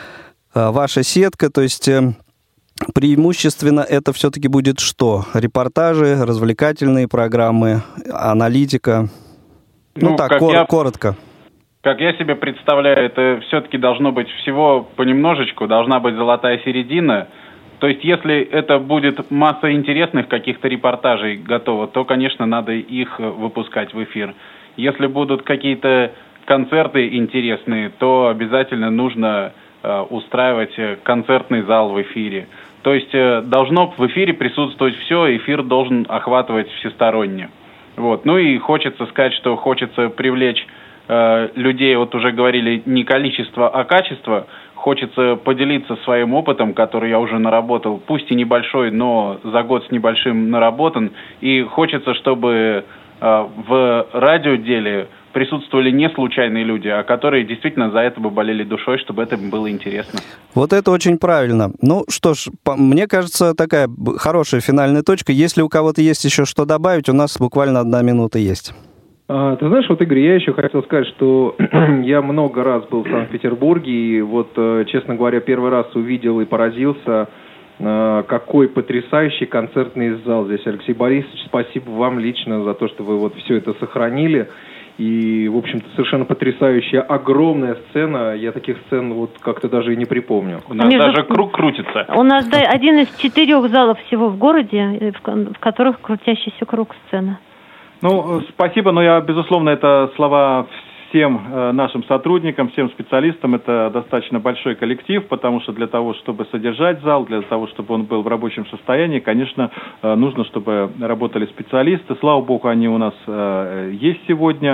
сетка, то есть... Преимущественно это все-таки будет что? Репортажи, развлекательные программы, аналитика? Ну так, коротко. Как я себе представляю, это все-таки должно быть всего понемножечку, должна быть золотая середина. То есть если это будет масса интересных каких-то репортажей готова, то, конечно, надо их выпускать в эфир. Если будут какие-то концерты интересные, то обязательно нужно устраивать концертный зал в эфире. То есть должно в эфире присутствовать все, эфир должен охватывать всесторонне. Вот. Ну и хочется сказать, что хочется привлечь людей, вот уже говорили, не количество, а качество. Хочется поделиться своим опытом, который я уже наработал, пусть и небольшой, но за год с небольшим наработан. И хочется, чтобы в радиоделе присутствовали не случайные люди, а которые действительно за это бы болели душой, чтобы это было интересно. Вот это очень правильно. Ну что ж, мне кажется, такая хорошая финальная точка. Если у кого-то есть еще что добавить, у нас буквально 1 минута есть. Ты знаешь, вот, Игорь, я еще хотел сказать, что я много раз был в Санкт-Петербурге, и вот, честно говоря, первый раз увидел и поразился, какой потрясающий концертный зал здесь. Алексей Борисович, спасибо вам лично за то, что вы вот все это сохранили. И, в общем-то, совершенно потрясающая, огромная сцена. Я таких сцен вот как-то даже и не припомню. У нас даже круг крутится. У нас один из 4 залов всего в городе, в которых крутящийся круг сцена. Ну, спасибо, но я, безусловно, это слова всем нашим сотрудникам, всем специалистам. Это достаточно большой коллектив, потому что для того, чтобы содержать зал, для того, чтобы он был в рабочем состоянии, конечно, нужно, чтобы работали специалисты. Слава богу, они у нас есть сегодня.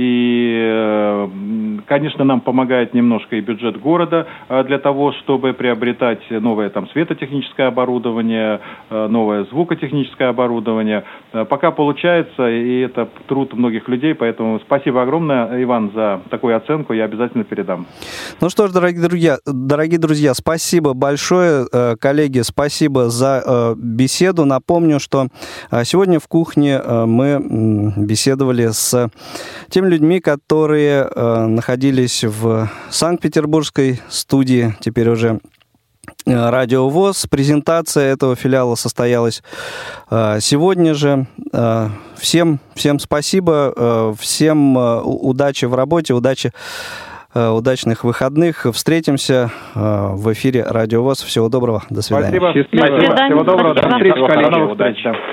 И, конечно, нам помогает немножко и бюджет города для того, чтобы приобретать новое там светотехническое оборудование, новое звукотехническое оборудование. Пока получается, и это труд многих людей, поэтому спасибо огромное, Иван, за такую оценку, я обязательно передам. Ну что ж, дорогие друзья, спасибо большое, коллеги, спасибо за беседу. Напомню, что сегодня в кухне мы беседовали с теми людьми, которые находились в Санкт-Петербургской студии, теперь уже Радио ВОС. Презентация этого филиала состоялась сегодня же. Всем спасибо, всем удачи в работе, удачных выходных. Встретимся в эфире Радио ВОС. Всего доброго, до свидания. Спасибо. Всего доброго. До встречи, коллеги. Удачи.